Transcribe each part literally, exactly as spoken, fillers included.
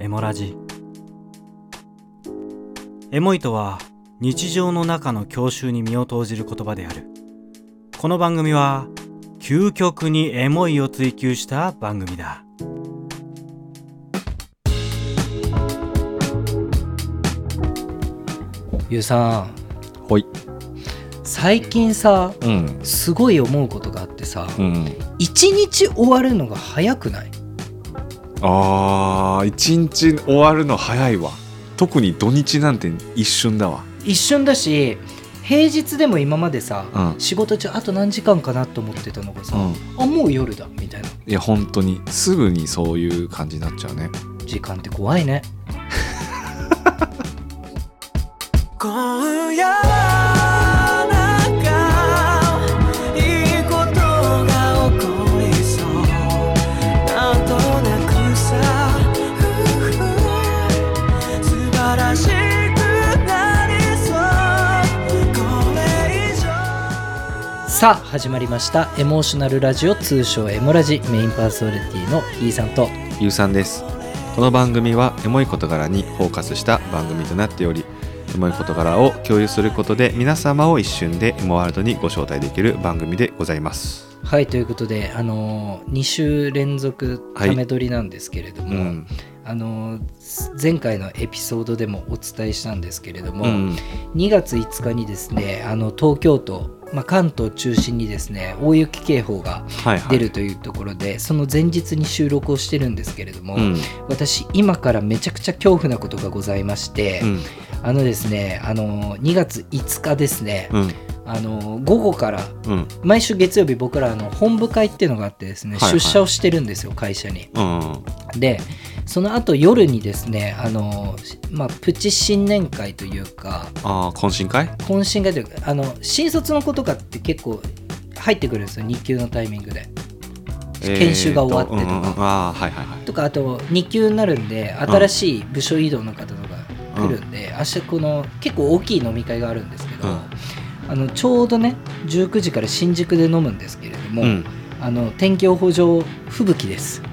エモラジ。エモいとは日常の中の郷愁に身を投じる言葉である。この番組は究極にエモいを追求した番組だ。 ゆうさん、 ほい。 最近さ、 うん、 すごい思うことがあってさ、 うん、 一日終わるのが早くない？ あー、一日終わるの早いわ。特に土日なんて一瞬だわ。 一瞬だし、平日でも今までさ、 うん、 仕事中あと何時間かなと思ってたのがさ、 うん、 あもう夜だみたいな。 いや本当にすぐにそういう感じになっちゃうね。 時間って怖いね。 今夜はなんかいいことが起こりそう、なんとなくさ、ふふ素晴らしくなりそう、これ以上。 さあ始まりましたエモーショナルラジオ、通称エモラジ。メインパーソナリティのひーさんとゆうさんです。この番組はエモい事柄にフォーカスした番組となっており、エモい事柄を共有することで皆様を一瞬でエモワールドにご招待できる番組でございます。 はい、ということで、あのー、に週連続ため撮りなんですけれども、はい、うん、あのー、前回のエピソードでもお伝えしたんですけれども、うん、にがついつかにですね、あの東京都、まあ、関東中心にですね大雪警報が出るというところで、はいはい、その前日に収録をしてるんですけれども、うん、私今からめちゃくちゃ恐怖なことがございまして、うん、あのですねあのにがついつかですね、うん、あの午後から、うん、毎週月曜日僕らあの本部会っていうのがあってですね、はいはい、出社をしてるんですよ、会社に、うん、でその後夜にですねあの、まあ、プチ新年会というか、 あ懇親会懇親会というか、あの新卒の子とかって結構入ってくるんですよ、に級のタイミングで、えー、研修が終わってとか、うんうん、あ、はいはいはい、とかあとに級になるんで新しい部署移動の方とか来るんで、うん、明日この結構大きい飲み会があるんですけど、うん、あのちょうどねじゅうくじから新宿で飲むんですけれども、うん、あの天気予報上吹雪です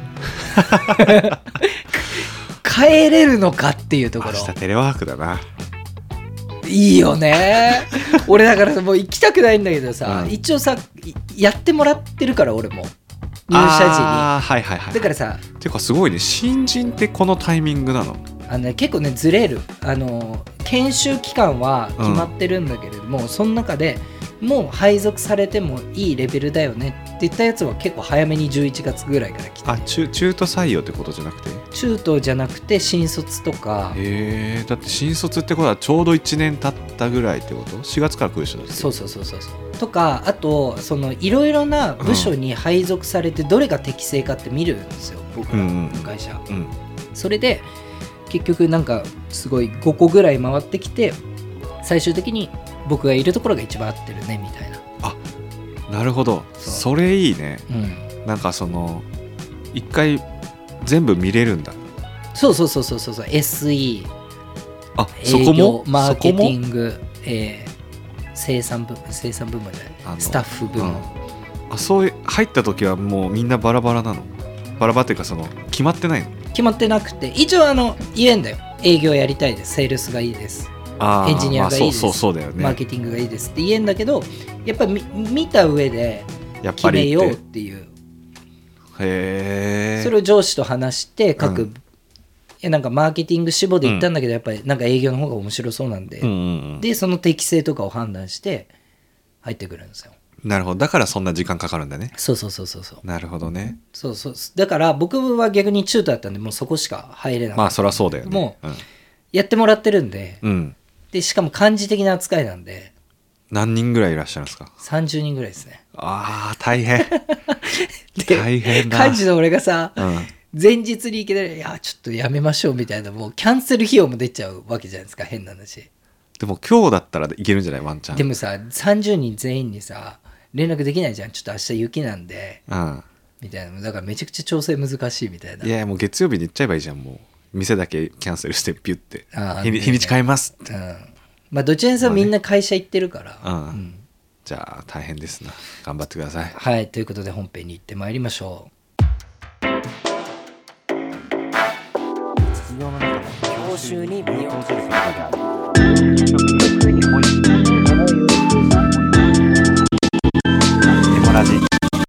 帰れるのかっていうところ。 明日テレワークだな。 いいよね俺だからもう行きたくないんだけどさ、うん、一応さやってもらってるから俺も入社時に、 あ、はいはいはい、 だからさ、 てかすごいね、新人ってこのタイミングなの？ あの、ね、結構ねずれる、あの研修期間は決まってるんだけれども、うん、その中でもう配属されてもいいレベルだよねって言ったやつは結構早めにじゅういちがつぐらいから来て、 あ、中、中途採用ってことじゃなくて？ 中途じゃなくて新卒とか。 へえ、だって新卒ってことはちょうどいちねん経ったぐらいってこと？しがつから来る人だって。 そうそうそうそうとか、あとそのいろいろな部署に配属されてどれが適正かって見るんですよ、僕らの会社、うんうん、それで結局なんかすごいごこぐらい回ってきて、最終的に僕がいるところが一番合ってるねみたいな。 あ、なるほど、 そ, それいいね、うん、なんかその一回全部見れるんだ。 そうそうそうそうそう、 エスイー、 あ、そこもマーケティング、えー、生産部門生産部門じゃない、スタッフ部門、うん、 あ、そういう入った時はもうみんなバラバラなの？バラバラっていうかその決まってないの？ 決まってなくて、一応あの言えんだよ、営業やりたいです、セールスがいいです、エンジニアがいいです、まあ、そうそうそうだよね、マーケティングがいいですって言えんだけど、やっぱり見た上で決めようっていう。 へー、 それを上司と話して各、うん、いやなんかマーケティング志望で言ったんだけど、うん、やっぱりなんか営業の方が面白そうなんで、うんうんうん、でその適性とかを判断して入ってくるんですよ。 なるほど、だからそんな時間かかるんだね。 そうそうそうそうそう。 なるほどね。 そうそう、だから僕は逆に中途だったんで、もうそこしか入れなかった。 まあそりゃそうだよね。 もうやってもらってるんで、うん、でしかも漢字的な扱いなんで。 何人ぐらいいらっしゃるんですか？ さんじゅうにんぐらいですね。 ああ、大変で大変だ。 漢字の俺がさ、うん、前日に行けたら、いやちょっとやめましょうみたいな、もうキャンセル費用も出ちゃうわけじゃないですか、変な話。 でも今日だったらいけるんじゃない、ワンチャン。 でもさ、さんじゅうにん全員にさ連絡できないじゃん、ちょっと明日雪なんで、うん、みたいな。だからめちゃくちゃ調整難しいみたいな。 いやもう月曜日に行っちゃえばいいじゃん、もう店だけキャンセルしてピュッて、日に、日にち変えますって、うん、まあどちらにせよみんな会社行ってるから、まあね、うんうん、 じゃあ大変ですな、頑張ってください。 はい、ということで本編に行ってまいりましょう。 必要習に身を投じることである。 エモラジ。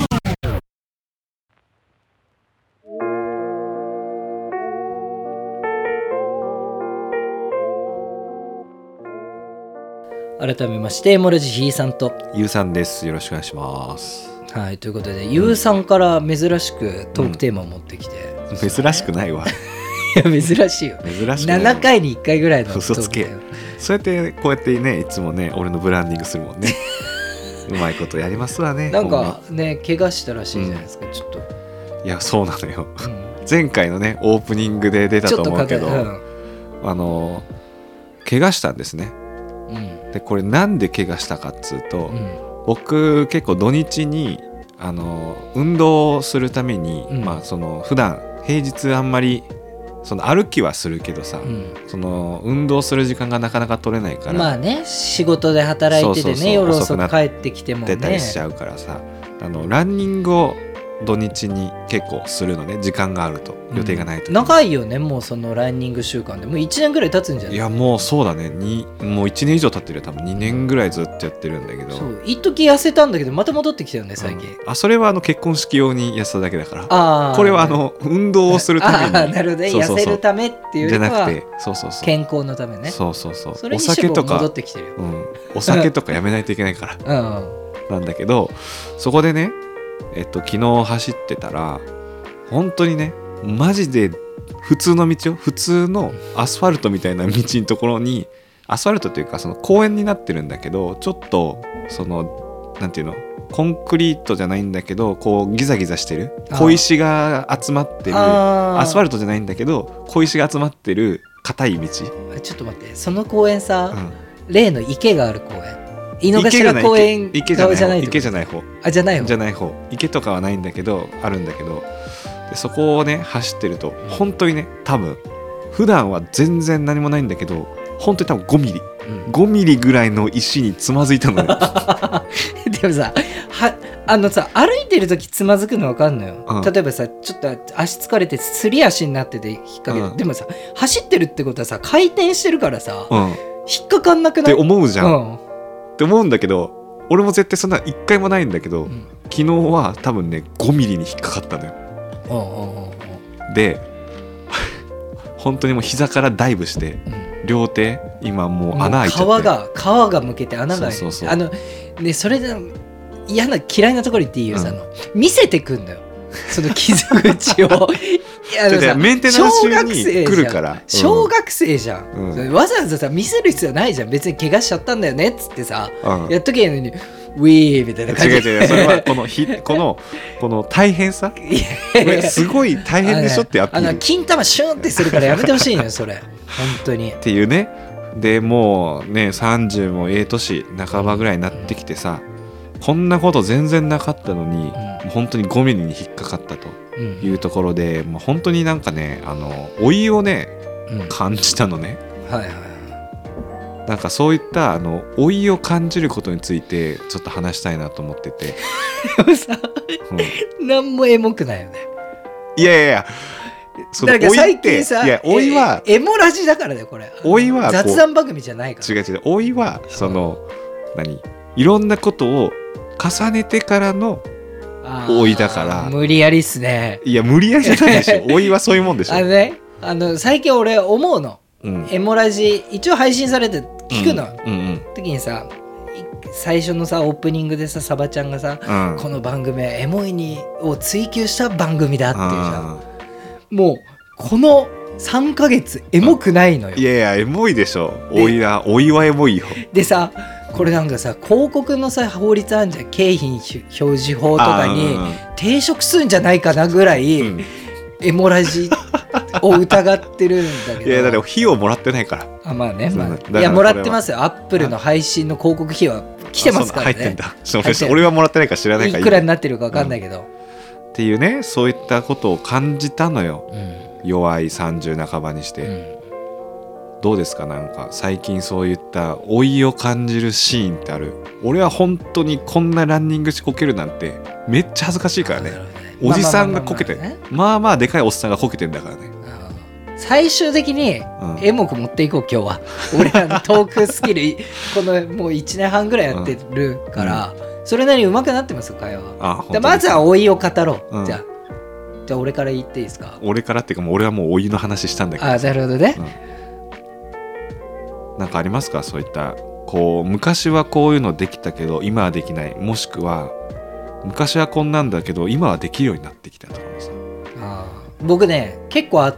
改めましてエモラジひいさんと、 ゆうさんです。よろしくお願いします。 はい、ということで、ゆうさんから珍しくトークテーマを持ってきて、 うん、珍しくないわ。 いや珍しいよ。 珍しくない。 ななかいにいっかいぐらいのトーク。 嘘つけ。そうやってこうやってね、いつもね俺のブランディングするもんね。うまいことやりますわね。 なんかね、怪我したらしいじゃないですか、うん、ちょっと。 いやそうなのよ。うん、前回のねオープニングで出たと思うけど、うん、あの怪我したんですね。うん、でこれなんで怪我したかっつうと、うん、僕結構土日にあの運動をするために、うん、まあその普段平日あんまりその歩きはするけどさ、うん、その運動する時間がなかなか取れないから、まあね、仕事で働いててね、そうそうそう、夜遅く帰ってきてもね出たりしちゃうからさ、あのランニングを土日に結構するのね、時間があると、予定がないと、 うん、長いよね、もうそのランニング習慣でもういちねんぐらい経つんじゃない？ いやもうそうだね、にもういちねん以上経ってるよ、多分にねんぐらいずっとやってるんだけど、 そう一時痩せたんだけどまた戻ってきたよね最近、うん、 あそれはあの結婚式用に痩せただけだから、あこれはあの運動をするために、 あなるほどね、痩せるためっていうよりはじゃなくて、そうそうそう、 健康のためね、 そうそうそう、 それに脂肪戻ってきてるよ、 うん、お酒とかやめないといけないから、うん、なんだけどそこでね、えっと、昨日走ってたら本当にねマジで普通の道を普通のアスファルトみたいな道のところに、アスファルトというかその公園になってるんだけど、ちょっとそのなんていうの、コンクリートじゃないんだけどこうギザギザしてる小石が集まってる、アスファルトじゃないんだけど小石が集まってる硬い道。 ちょっと待って、その公園さ、うん、例の池がある公園、井の頭公園池じゃない池じゃない方、 あじゃない方じゃない方、池とかはないんだけどあるんだけど、でそこをね走ってると本当にね、多分普段は全然何もないんだけど本当に多分ごミリ、うん、ごミリぐらいの石につまずいたのよ。 でもさ、はあのさ歩いてる時つまずくの分かんのよ、うん、例えばさちょっと足疲れてすり足になってて引っ掛けて、うん、でもさ走ってるってことはさ回転してるからさ、うん、引っかかんなくないって思うじゃん、うんって思うんだけど、俺も絶対そんな一回もないんだけど、うん、昨日は多分ねごミリに引っかかったのよ。おうおうおうで本当にもう膝からダイブして、うん、両手今もう穴開いちゃって、 皮が皮がむけて穴が開いて、そうそうそう、あのね、それで嫌な嫌いなところ言っていいよ、うん、さの見せてくんのよその傷口を。いやさメンテナンス中に来るから、 小学生じゃん、うん、わざわざさ見せる必要ないじゃん、別に怪我しちゃったんだよねっつってさ、うん、やっとけばいいのにウィーみたいな感じ。 違う違う、それはこのひこのこの大変さすごい大変でしょってアピール、 あの金玉シュンってするからやめてほしいのよそれ本当にっていうね。でもうねさんじゅうもええ年半ばぐらいになってきてさ、うん、こんなこと全然なかったのに、うん、本当にごミリに引っかかったというところで、もう本当になんかね、あの老いをね、うん、感じたのね、はいはいはい、なんかそういったあの老いを感じることについてちょっと話したいなと思ってて。 でもさ、うん、なんもエモくないよね。 いやいやいや、 その老いって、いや老いはエモラジだからねこれ。 老いは雑談番組じゃないから。 違う違う、老いはその何いろんなことを重ねてからの老いだから。 無理やりっすね。 いや無理やりじゃないでしょ。老いはそういうもんでしょ。 あのね、あの最近俺思うの、うん、エモラジ一応配信されて聞くの、うんうんうん、時にさ、最初のさオープニングでさサバちゃんがさ、うん、この番組はエモいにを追求した番組だっていうさ、もうこのさんかげつエモくないのよ。 いやいやエモいでしょ。老いは老いはエモいよ。 でさ、これなんかさ広告のさ法律あんじゃん、景品表示法とかに抵触するんじゃないかなぐらい、うん、エモラジを疑ってるんだけど。 いやだって費用もらってないから。 あまあね、まあ、いやもらってますよ。アップルの配信の広告費用は来てますからね。 入ってんだ。俺はもらってないから知らないから。 いくらになってるか分かんないけど、うん、 っていうね、そういったことを感じたのよ、うん、弱いさんじゅう半ばにして、うん、どうですか、なんか最近そういった老いを感じるシーンってある？俺は本当にこんなランニングしこけるなんてめっちゃ恥ずかしいからね。おじさんがこけて、まあまあでかいおっさんがこけてんだからね。 最終的にうんエモく持っていこう今日は。俺らのトークスキルこのもういちねんはんぐらいやってるから、それなりに上手くなってますよ会話。 あ本当でまずは老いを語ろう、 うんじゃあじゃあ俺から言っていいですか。 俺からっていうかもう俺はもうお湯の話したんだけどあなるほどね、 なんかありますかそういったこう昔はこういうのできたけど今はできない、もしくは昔はこんなんだけど今はできるようになってきたとかもさ。 あ僕ね結構あって、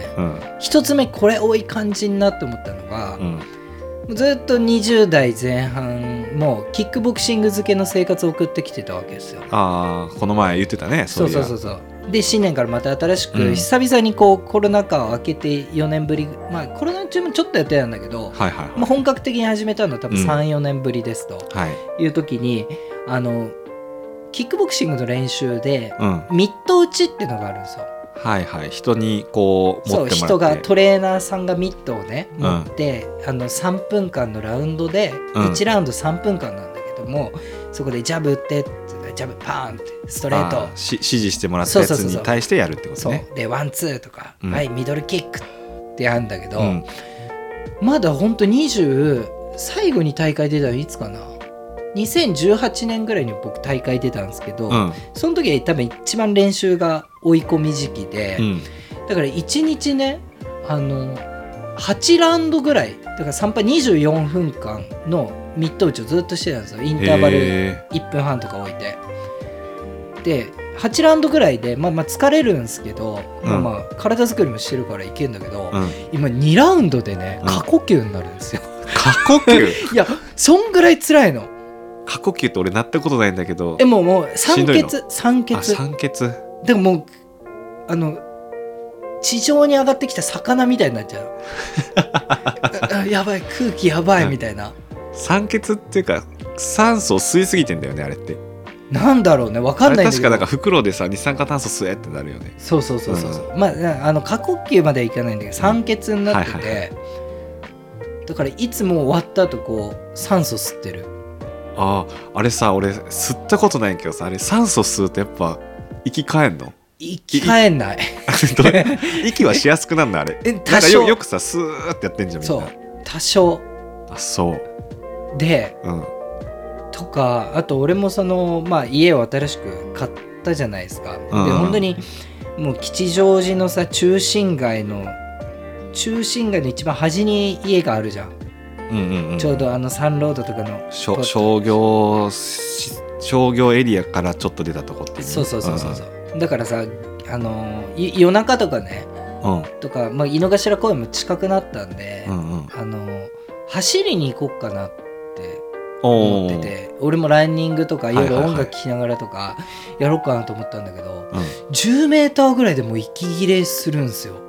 うん一つ目これ多い感じになって思ったのが、 うんずっとにじゅう代前半もうキックボクシング漬けの生活を送ってきてたわけですよ。 ああこの前言ってたね。 そうそうそううそうで新年からまた新しく、 うん久々にこうコロナ禍を明けてよねんぶり、まあコロナ中もちょっとやってたんだけど、 はいはいはい、 まあ、本格的に始めたのは多分さん、よねんぶりですとはいいう時に、あのキックボクシングの練習でうんミット打ちっていうのがあるんですよ。 はいはい、人にこう持そうってもらって人がトレーナーさんがミットをねうん持って、あのさんぷんかんのラウンドで、 うんいちラウンドさんぷんかんなんだけども、そこでジャブ打ってってジャブパーンってストレートあーし指示してもらったやつそうそうそうそうに対してやるってことそうね。 でワンツーとか、 うんはいミドルキックってやるんだけど、 うんまだほんとにじゅう最後に大会出たのいつかなにせんじゅうはちねんぐらいに僕大会出たんですけど、 うんその時は多分一番練習が追い込み時期で、 うんだからいちにちねあのはちラウンドぐらいだからさんぱいにじゅうよんふんかんのミット打ちをずっとしてたんですよ。インターバルへいっぷんはんとか置いてではちラウンドぐらいでまあまあ疲れるんですけど、 うんまあまあ体作りもしてるからいけるんだけど、 ーうん、 今にラウンドでねうん過呼吸になるんですよ、 過呼吸いやそんぐらい辛いの。 過呼吸って俺なったことないんだけどえもうもう酸しんどいの欠酸欠あ酸欠でももうあの地上に上がってきた魚みたいになっちゃうああやばい空気やばいみたいな、 酸欠っていうか酸素を吸いすぎてんだよねあれって。 なんだろうね分かんないんだけどあれ確かなんか袋でさ二酸化炭素吸えってなるよね。 そうそうそうそうそう、まああの過呼吸まではいかないんだけど酸欠になってて、 はいはいはだからいつも終わった後こう酸素吸ってる。 あああれさ俺吸ったことないけどさあれ酸素吸うとやっぱ息変えんの生き返んないどう息はしやすくなるのあれ。 えなんか多少よよくさスーってやってんじゃんみんな。 そう多少あそうでうんとかあと俺もその、まあ、家を新しく買ったじゃないですか。でうん本当にもう吉祥寺のさ中心街の中心街の一番端に家があるじゃん、 うんうんうん、 ちょうどあのサンロードとかのしょ商業し商業エリアからちょっと出たとこっていうね。 そうそうそうそうそう、だからさあのい夜中とかねうんとか、まあ、井の頭公園も近くなったんで、 うんうんあの走りに行こっかなっておー思ってて、俺もランニングとか夜はいはいはい音楽聴きながらとかやろうかなと思ったんだけど、 うん、 じゅうメーターぐらいでもう息切れするんですよ。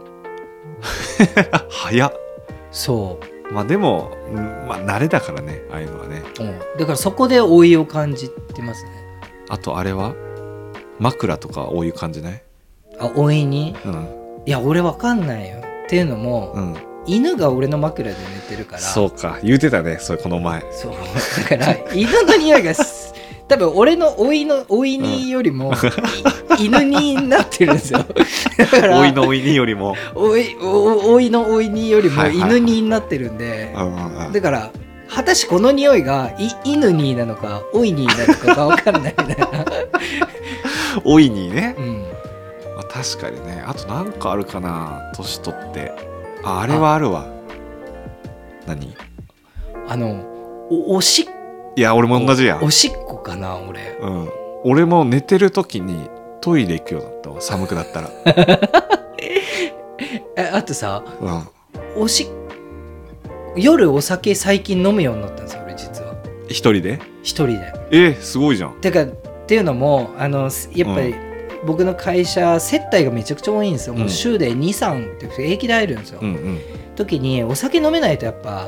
早っ。 そまあでも、うんまあ慣れだからねああいうのはね。 う、うん、だからそこで老いを感じてますね。 あとあれは枕とかこういう感じない？ あ老いにうんいや俺わかんないよっていうのも、 うん。 犬が俺の枕で寝てるからそうか言うてたねそれこの前。 そうだから犬の匂いがす多分俺の老いの老いによりも、い犬になってるんですよ。だからおいのおいによりも。 老いお老いの老いによりもはいはいはい犬になってるんで、 うんうんうんだから果たしてこの匂いがい犬になのか老いになのかが分かんないみたいな、 おいにね、 うん、 まあ、確かにね。あとなんかあるかな年取って。ああれはあるわ。何？ あのおおしっいや俺も同じやん。 おしっこかな俺。 うん、俺も寝てる時にトイレ行くようになったわ寒くなったら。 えあとさうん、 おし夜お酒最近飲むようになったんですよ俺実は一人で？ 一人で。 えー、すごいじゃん。 てかっていうのもあのやっぱり、僕の会社接待がめちゃくちゃ多いんですよ。もう週でに、さんって平気で会えるんですよ。 うんうん時にお酒飲めないとやっぱ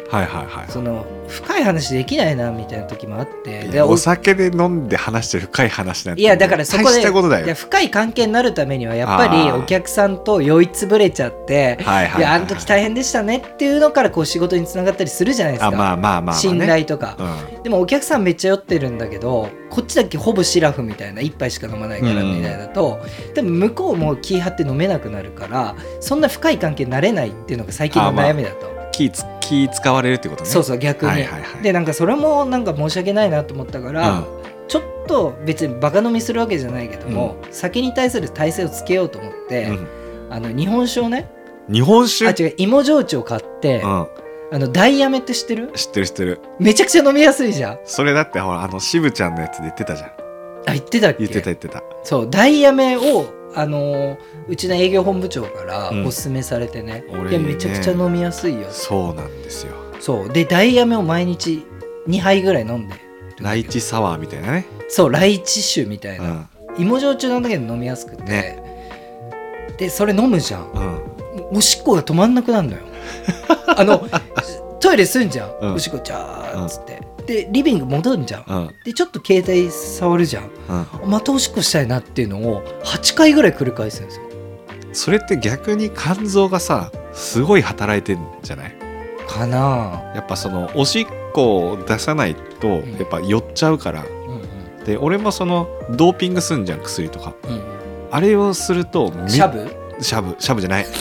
はいはいはい。 その深い話できないなみたいな時もあって、 でお酒で飲んで話してる深い話なんていやだからそこで大したことだよ。 いや深い関係になるためにはやっぱりお客さんと酔いつぶれちゃって、はいはいはい、いやあの時大変でしたねっていうのからこう仕事につながったりするじゃないですか。あ、まあまあまあまあね、信頼とか、うん、でもお客さんめっちゃ酔ってるんだけどこっちだけほぼシラフみたいな一杯しか飲まないからみたいだと、うん、でも向こうも気張って飲めなくなるからそんな深い関係になれないっていうのが最近の悩みだと。 気, つ気使われるってことね。 そうそう逆に、はいはいはい、でなんかそれもなんか申し訳ないなと思ったから、うん、ちょっと別にバカ飲みするわけじゃないけども、うん、酒に対する体制をつけようと思って、うん、あの日本酒をね日本酒あ違う芋焼酎を買って、うん、あのダイヤメって知ってる？ 知ってる知ってる。 めちゃくちゃ飲みやすいじゃん。 それだってほらあの渋ちゃんのやつで言ってたじゃん。 あ言ってたっけ？ 言ってた言ってた。 そうダイヤメをあのー、うちの営業本部長からおすすめされてね、うん、いやめちゃくちゃ飲みやすいよ。 そうなんですよ。 そうでダイヤメを毎日にはいぐらい飲んでライチサワーみたいなね。 そうライチ酒みたいな、うん、芋焼酎なんだけど飲みやすくて、ね、でそれ飲むじゃん、うん、おしっこが止まんなくなるのよあのトイレすんじゃん、うん、おしっこジャーっつって、うん、でリビング戻るんじゃん、うん、でちょっと携帯触るじゃん、うん、またおしっこしたいなっていうのをはちかいぐらい繰り返すんですよ。 それって逆に肝臓がさすごい働いてんじゃないかな。 やっぱそのおしっこを出さないとやっぱ酔っちゃうから、うんうん、で俺もそのドーピングすんじゃん薬とか、うん、あれをするとシャブシャブシャブじゃない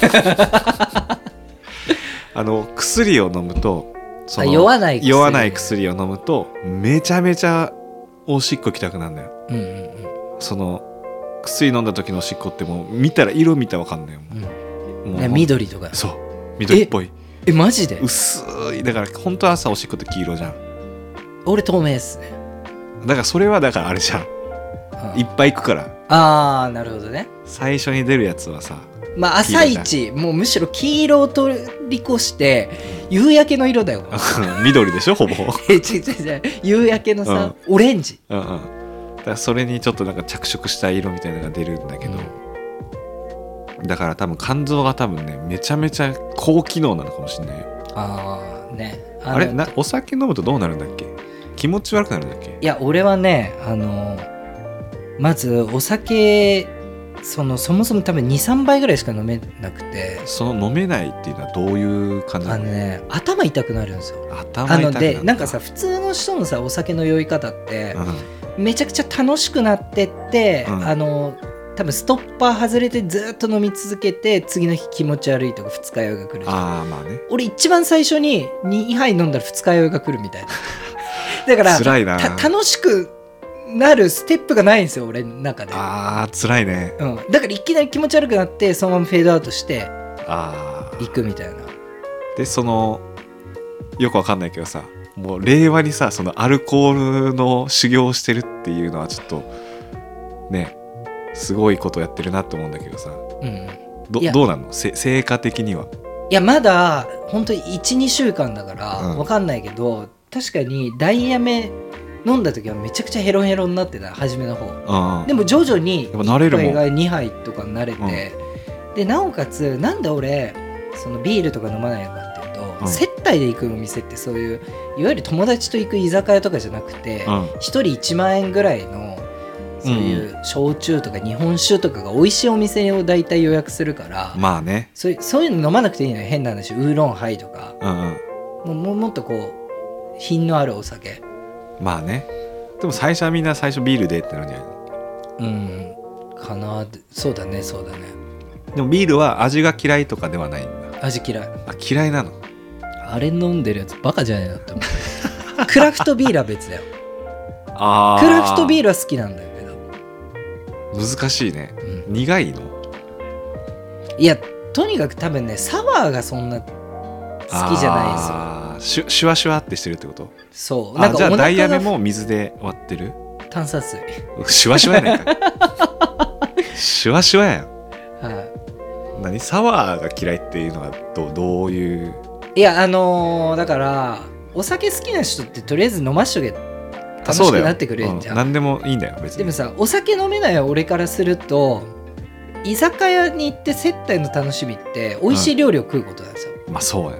あの薬を飲むとその酔わない薬酔わない薬を飲むとめちゃめちゃおしっこきたくなるんだよ、うんうんうん、その薬飲んだ時のおしっこってもう見たら色見たら分かんないよ、 うん、もう緑とかそう緑っぽい。 えマジで薄いだから本当は朝おしっこって黄色じゃん。 俺透明っすね。 だからそれはだからあれじゃん、うん、いっぱいいくから。 ああなるほどね。 最初に出るやつはさまあ朝一もうむしろ黄色を通り越して夕焼けの色だよ緑でしょほぼえ違う違う夕焼けのさ、うん、オレンジ、うんうん、 だからそれにちょっとなんか着色した色みたいなのが出るんだけど、うん、だから多分肝臓が多分ねめちゃめちゃ高機能なのかもしれないよ。 ああねああれなお酒飲むとどうなるんだっけ？気持ち悪くなるんだっけ？ いや俺はねあのまずお酒そのそもそも多分 にさんばいぐらいしか飲めなくて。 その飲めないっていうのはどういう感じなの？ あのね頭痛くなるんですよ。 頭痛くなるあのでなんかさ普通の人のさお酒の酔い方って、うん、めちゃくちゃ楽しくなってって、うん、あの多分ストッパー外れてずっと飲み続けて次の日気持ち悪いとか二日酔いが来るじゃん。 あ、まあね、 俺一番最初ににはい飲んだら二日酔いが来るみたいなだから辛いな。 楽しくなるステップがないんですよ俺の中で。 あー辛いね、 うん、だからいきなり気持ち悪くなってそのままフェードアウトしてあ行くみたいな。 でそのよくわかんないけどさもう令和にさそのアルコールの修行をしてるっていうのはちょっとねすごいことやってるなと思うんだけどさ、うん、ど, どうなの成果的には。 いやまだ本当に いちにしゅうかんだからわかんないけど、うん、確かにダイヤメ飲んだ時はめちゃくちゃヘロヘロになってた初めの方、うん、でも徐々にいっぱいがにはいとかになれて、うん、でなおかつなんで俺そのビールとか飲まないのかっていうと、うん、接待で行くお店ってそういういわゆる友達と行く居酒屋とかじゃなくて、うん、ひとりいちまんえんぐらいのそういう焼酎とか日本酒とかが美味しいお店を大体予約するから、 まあね、 そういう、そういうの飲まなくていいのよ。変な話ウーロンハイとか、うんうん、もうもっとこう品のあるお酒。 まあね。でも最初はみんな最初ビールでってなるんじゃないの？ うんかな。そうだねそうだね。 でもビールは味が嫌いとかではないんだ。 味嫌い。 あ嫌いなの？ あれ飲んでるやつバカじゃないなって思うクラフトビールは別だよ。あクラフトビールは好きなんだよけど難しいね、うん、苦いの？ いやとにかく多分ねサワーがそんな好きじゃないですよ。 あシュシュワシュワってしてるってこと？ そうなんかじゃあダイヤメも水で割ってる？ 炭酸水シュワシュワやないかシュワシュワやん、 はい、 何サワーが嫌いっていうのは ど, どういう？ いやあのー、だからお酒好きな人ってとりあえず飲ましとけ楽しくなってくれんじゃん、うん、 何でもいいんだよ別に。 でもさお酒飲めない俺からすると居酒屋に行って接待の楽しみって美味しい料理を食うことなんですよ、 うん、まあそうやね。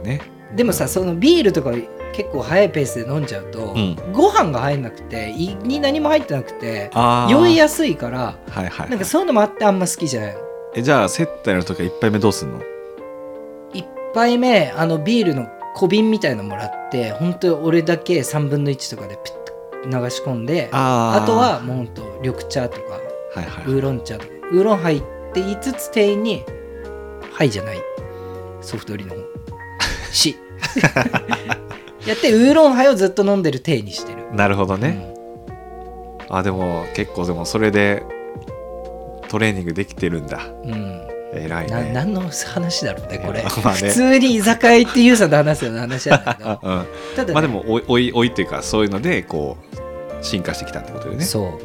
でもさそのビールとか結構早いペースで飲んじゃうと、 うんご飯が入んなくて胃に何も入ってなくてあー酔いやすいからはいはい、はい、 なんかそういうのもあってあんま好きじゃないの。 えじゃあ接待の時はいっぱいめどうすんの？ いっぱいめあのビールの小瓶みたいのもらって本当に俺だけさんぶんのいちとかでピッと流し込んで あ, ああとはもうほんと緑茶とかはいはいウーロン茶とかウーロン入っていつつ店員に「はい」じゃないソフト売りの方「し」やってウーロンハイをずっと飲んでる体にしてる。 なるほどね、うん、あでも結構でもそれでトレーニングできてるんだ。 うん、 偉いね。 な何の話だろうねこれ、 まあね、 普通に居酒屋行ってユウさんと話すような話なんだけど、 うん、 ただ、ね、 まあでもおいおいおいっていうかそういうのでこう進化してきたってことよね。 そう、 うん、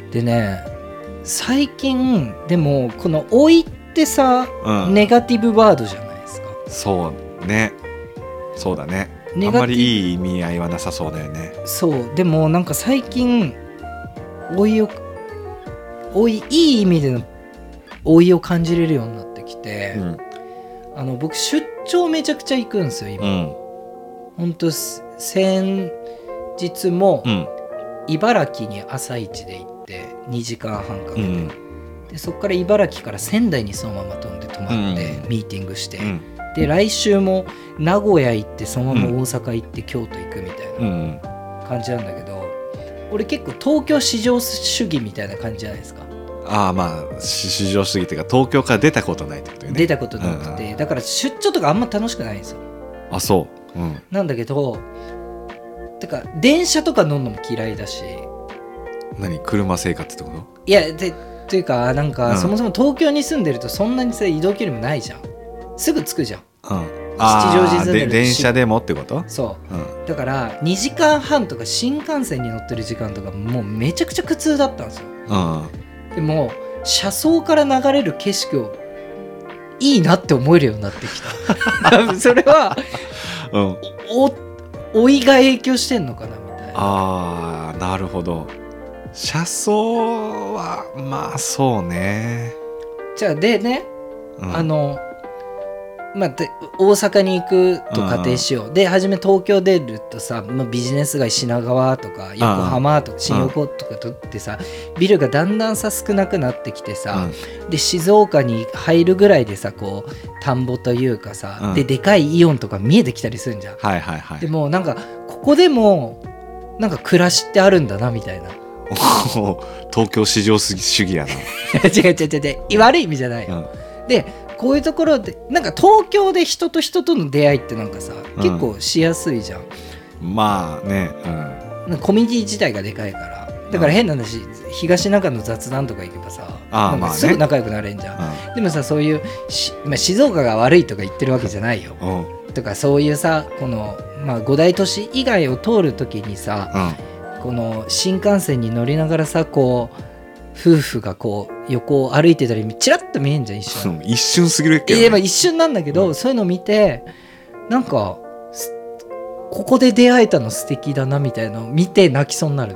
でね最近でもこの老いってさ、 うん、 ネガティブワードじゃないですか。 そうねそうだね。あネガティブんまりいい意味合いはなさそうだよね。 そうでもなんか最近老いを老いいい意味での老いを感じれるようになってきて、 うん、 あの僕出張めちゃくちゃ行くんですよ今、 うん、 ほんと先日もうん茨城に朝一で行ってにじかんはんかけて、 うん、 でそこから茨城から仙台にそのまま飛んで泊まってうん、 ミーティングして、 うん、 で来週も名古屋行ってそのまま大阪行って京都行くみたいうんな感じなんだけど、俺結構東京至上主義みたいな感じじゃないですか。 ああまあ市場主義っていうか東京から出たことないってことよね。 出たことなくて、 うん、 だから出張とかあんま楽しくないんですよ。 あそう、うん、 なんだけどてか電車とか乗るのも嫌いだし。 何車生活ってこと？ いやでというかなんか、 うん、 そもそも東京に住んでるとそんなにさ移動距離もないじゃん。すぐ着くじゃん、 うん、 吉祥寺住んでるで電車でもってこと？ そう、 うん、 だからにじかんはんとか新幹線に乗ってる時間とかもうめちゃくちゃ苦痛だったんですよ、 うん、 でも車窓から流れる景色をいいなって思えるようになってきたそれは、 うん、 お老いが影響してんのかなみたいな。 あーなるほど。車窓はまあそうね。 じゃあでね、うん、あのまあ、で大阪に行くと仮定しよう、うん、で初め東京出るとさ、まあ、ビジネス街品川とか横浜とか新横とかとってさ、うん、ビルがだんだんさ少なくなってきてさ、うん、で静岡に入るぐらいでさこう田んぼというかさ、うん、ででかいイオンとか見えてきたりするんじゃん、はいはいはい、でもなんかここでもなんか暮らしってあるんだなみたいな東京市場主義やな違う違う違う悪い意味じゃないよ、うん、でこういうところでなんか東京で人と人との出会いってなんかさ、うん、結構しやすいじゃん。 まあね、うん、 なんかコミュニティ自体がでかいからだから変な話、うん、東中野雑談とか行けばさなんかすぐ仲良くなれんじゃん、まあねうん、でもさそういうし、まあ、静岡が悪いとか言ってるわけじゃないよ、うん、とかそういうさこの、まあ、五大都市以外を通るときにさ、うん、この新幹線に乗りながらさこう夫婦がこう横を歩いてたりチラッと見えんじゃん一瞬一瞬すぎるけど、 ね、まあ一瞬なんだけど、うん、そういうの見てなんかここで出会えたの素敵だなみたいなのを見て泣きそうになる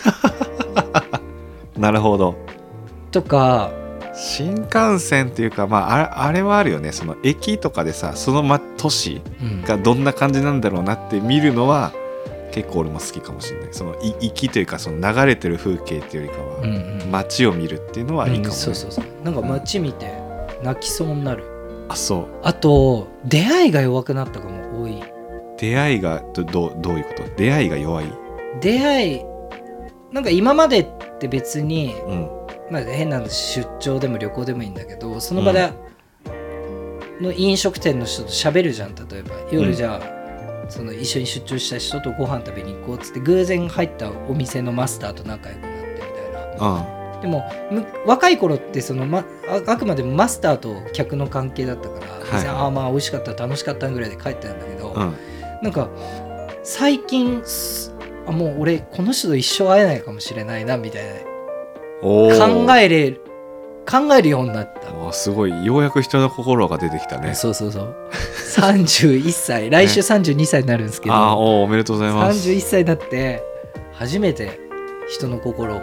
なるほど。 とか新幹線っていうか、まあ、あれ、あれはあるよね。その駅とかでさその、ま、都市がどんな感じなんだろうなって見るのは、うん、結構俺も好きかもしれない。その行きというかその流れてる風景っていうよりかは、うんうん、街を見るっていうのはいいかも、ねうん、 そうそうそうなんか街見て泣きそうになる、 うん、あそうあと出会いが弱くなったかも多い。 出会いが ど, ど, どういうこと？出会いが弱い？ 出会いなんか今までって別に、 うんまあ、変な話出張でも旅行でもいいんだけどその場で、うん、の飲食店の人と喋るじゃん。例えば夜じゃあ、うん、その一緒に出張した人とご飯食べに行こうっつって偶然入ったお店のマスターと仲良くなってみたいな、うん、でも若い頃ってその、ま、あ, あくまでもマスターと客の関係だったから、はい、ああまあ美味しかった楽しかったぐらいで帰ってたんだけど、うん、なんか最近あもう俺この人と一生会えないかもしれないなみたいな考えれ考えるようになった。 すごいようやく人の心が出てきたね。 そうそうそうさんじゅういっさい来週さんじゅうにさいになるんですけど、ね、 あお, おめでとうございます。 さんじゅういっさいになって初めて人の心を持てた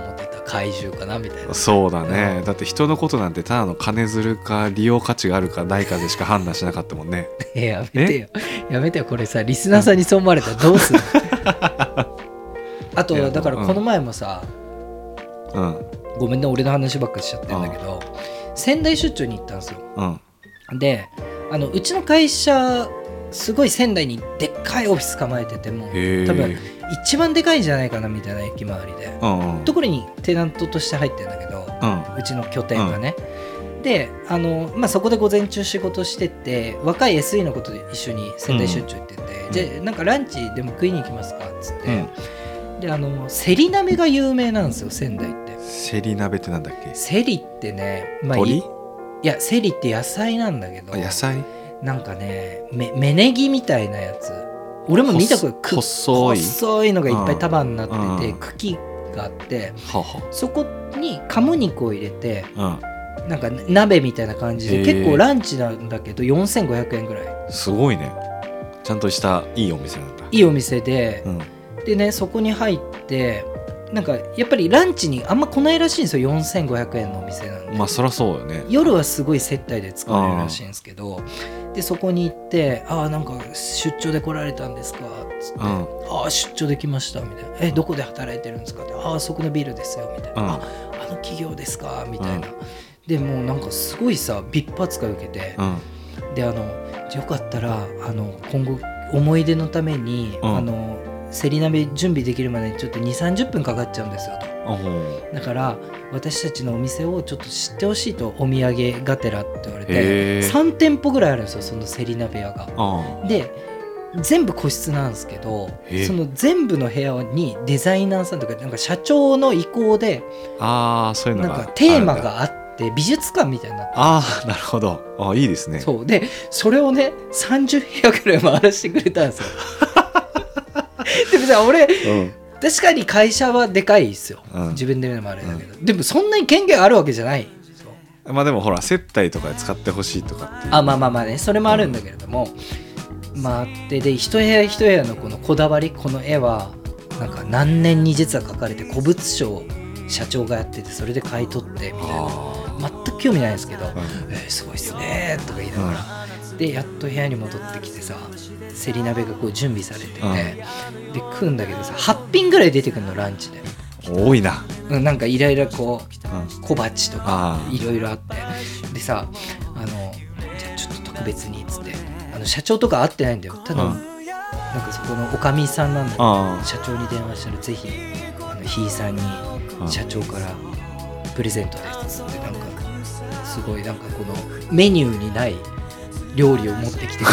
怪獣かなみたいな。 そうだね、だって人のことなんてただの金づるか利用価値があるかないかでしか判断しなかったもんね。 やめてよやめてよ、これさリスナーさんにそう思われたらどうするあとだからこの前もさ、うん、ごめんね俺の話ばっかりしちゃってんだけど、うん、仙台出張に行ったんですよ、うん、であのうちの会社すごい仙台にでっかいオフィス構えてても多分一番でかいんじゃないかなみたいな駅周りで、うんうん、ところにテナントとして入ってるんだけど、うん、うちの拠点がね、うん、であの、まあ、そこで午前中仕事してて若い エスイー の子と一緒に仙台出張行ってて、うん、じゃあなんかランチでも食いに行きますかっつって、うん、であのセリ鍋が有名なんですよ仙台って。 セリ鍋ってなんだっけ？ セリってね、まあ、 鳥？ いやセリって野菜なんだけど、 野菜なんかねめ芽ネギみたいなやつ、俺も見たことく細い細いのがいっぱい束になってて、うん、茎があって、ははそこに鴨肉を入れて、うん、なんか鍋みたいな感じで結構ランチなんだけどよんせんごひゃくえんぐらい。 すごいね、ちゃんとしたいいお店なんだ。 いいお店で、うん、でねそこに入ってなんかやっぱりランチにあんま来ないらしいんですよ。よんせんごひゃくえんのお店なんで。 まあそりゃそうよね。 夜はすごい接待で使われるらしいんですけど、でそこに行ってああなんか出張で来られたんですかっつって、うん、ああ出張で来ましたみたいな。えどこで働いてるんですかって。ああそこのビルですよみたいな、うん、ああの企業ですかみたいな、うん、でもうなんかすごいさビップ扱い受けて、うん、であのよかったらあの今後思い出のために、うん、あのセリ鍋準備できるまでにちょっとにじゅうさんじゅっぷんかかっちゃうんですよと。だから私たちのお店をちょっと知ってほしいと、お土産がてらって言われてさん店舗ぐらいあるんですよそのセリ鍋屋が。で全部個室なんですけど、その全部の部屋にデザイナーさんとかなんか社長の意向であそういうのがなんかテーマがあって美術館みたいになってる。 ああなるほど、あいいですね。 そうでそれをねさんじゅう部屋ぐらい回らせてくれたんですよでもさ俺、うん、確かに会社はでかいですよ、うん、自分で言うのもあれだけど、うん、でもそんなに権限あるわけじゃない。 まあでもほら接待とかで使ってほしいとかっていうあまあまあまあねそれもあるんだけれども、うん、まあってで一部屋一部屋のこのこだわり、この絵はなんか何年に実は描かれて古物商を社長がやっててそれで買い取ってみたいな、全く興味ないんですけど、うんえー、すごいっすねとか言いながら、うん、でやっと部屋に戻ってきてさセリ鍋がこう準備されてて、うん、で食うんだけどさはち品ぐらい出てくるのランチで。 多いな。 なんかいろいろこう、うん、小鉢とかいろいろあって、でさあのじゃあちょっと特別にっつってあの社長とか会ってないんだよ。ただ、うん、なんかそこのおかみさんなんだけど社長に電話したらぜひあのひいさんに社長からプレゼントですっつって、なんかすごいなんかこのメニューにない料理を持ってきてく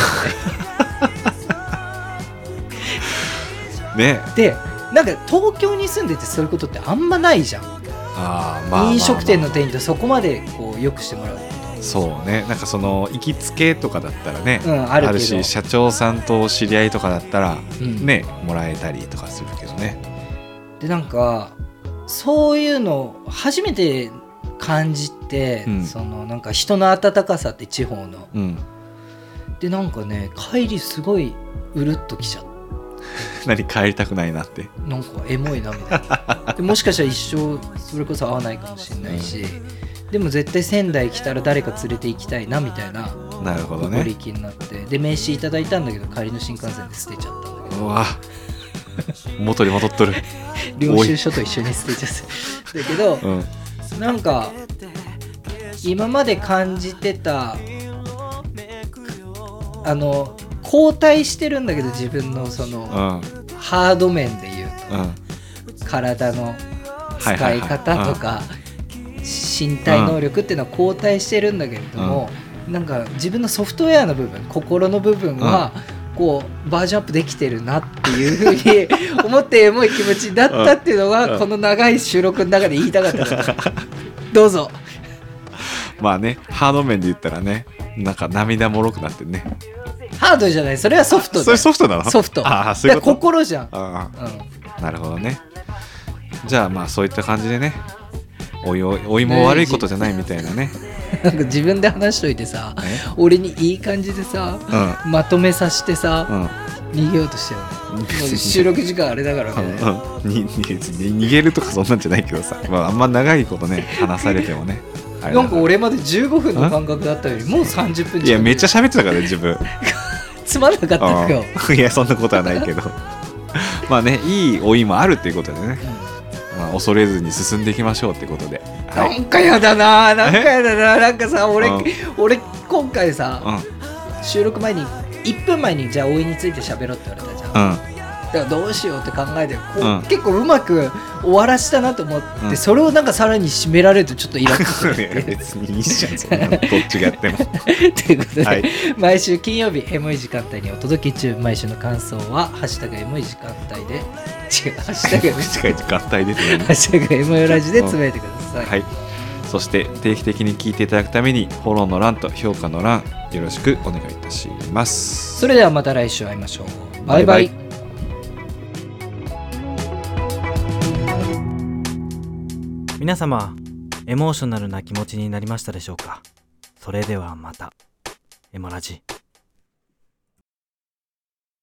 れてねでなんか東京に住んでてそういうことってあんまないじゃん。あ、まあまあまあ、飲食店の店員とそこまでこうよくしてもらう。 そうね、なんかその行きつけとかだったらね、 うん、あるけどあるし社長さんと知り合いとかだったらね、うん、もらえたりとかするけどね。 でなんかそういうの初めて感じて、うん、そのなんか人の温かさって地方の、うん、でなんかね帰りすごいうるっときちゃった。 何帰りたくないなってなんかエモいなみたいなでもしかしたら一生それこそ会わないかもしれないし、うん、でも絶対仙台来たら誰か連れて行きたいなみたいななるほどね心意気になって、で名刺いただいたんだけど帰りの新幹線で捨てちゃったんだけど、 うわ元に戻っとる領収書と一緒に捨てちゃっただけど、うん、なんか今まで感じてたあの後退してるんだけど自分のその、うん、ハード面で言うと、うん、体の使い方とか身体能力っていうのは後退してるんだけれども、うん、なんか自分のソフトウェアの部分心の部分は、うん、こうバージョンアップできてるなっていうふうに思ってエモい気持ちだったっていうのが、うん、この長い収録の中で言いたかったからどうぞ。 まあねハード面で言ったらねなんか涙もろくなってね。 ハードじゃない、それはソフトだ。 それソフトなの？ ソフト。 ああ、そういうこと。 心じゃん。 ああ、うん、なるほどね。じゃあまあそういった感じでね、おいおい、おいも悪いことじゃないみたいなね。 なんか自分で話しといてさ、俺にいい感じでさ、うん、まとめさせてさ、 逃げようとしてるね。もう収録時間あれだからね。 うん、にに逃げるとかそんなんじゃないけどさ、まあ、あんま長いことね話されてもねあれだからなんか俺までじゅうごふんの感覚だったよりもうさんじゅっぷん近くいやめっちゃ喋ってたからね自分つまんなかったよ、 うんいやそんなことはないけどまあねいい老いもあるっていうことでね、まあ、恐れずに進んでいきましょうってことで、はないんかやだななんかやだななんかさ俺、 うん俺今回さ、 うん収録前にいっぷんまえにじゃあ老いについて喋ろうって言われたじゃん、 うんだからどうしようって考えてこう、 うん結構うまく終わらしたなと思って、 うん、 それをなんかさらに締められるとちょっとイラッとするいや別にいいじゃんそんなのどっちがやってもということで、 はい毎週金曜日エモい時間帯にお届け中。毎週の感想はハッシュタグエモい時間帯で違うハッシュタグ短い時間帯ですねハッシュタグエモいラジでつぶやいてください、 はいそして定期的に聞いていただくためにフォローの欄と評価の欄よろしくお願いいたします。 それではまた来週会いましょう。バイバイ。 バイバ皆様エモーショナルな気持ちになりましたでしょうか。それではまたエモラジ。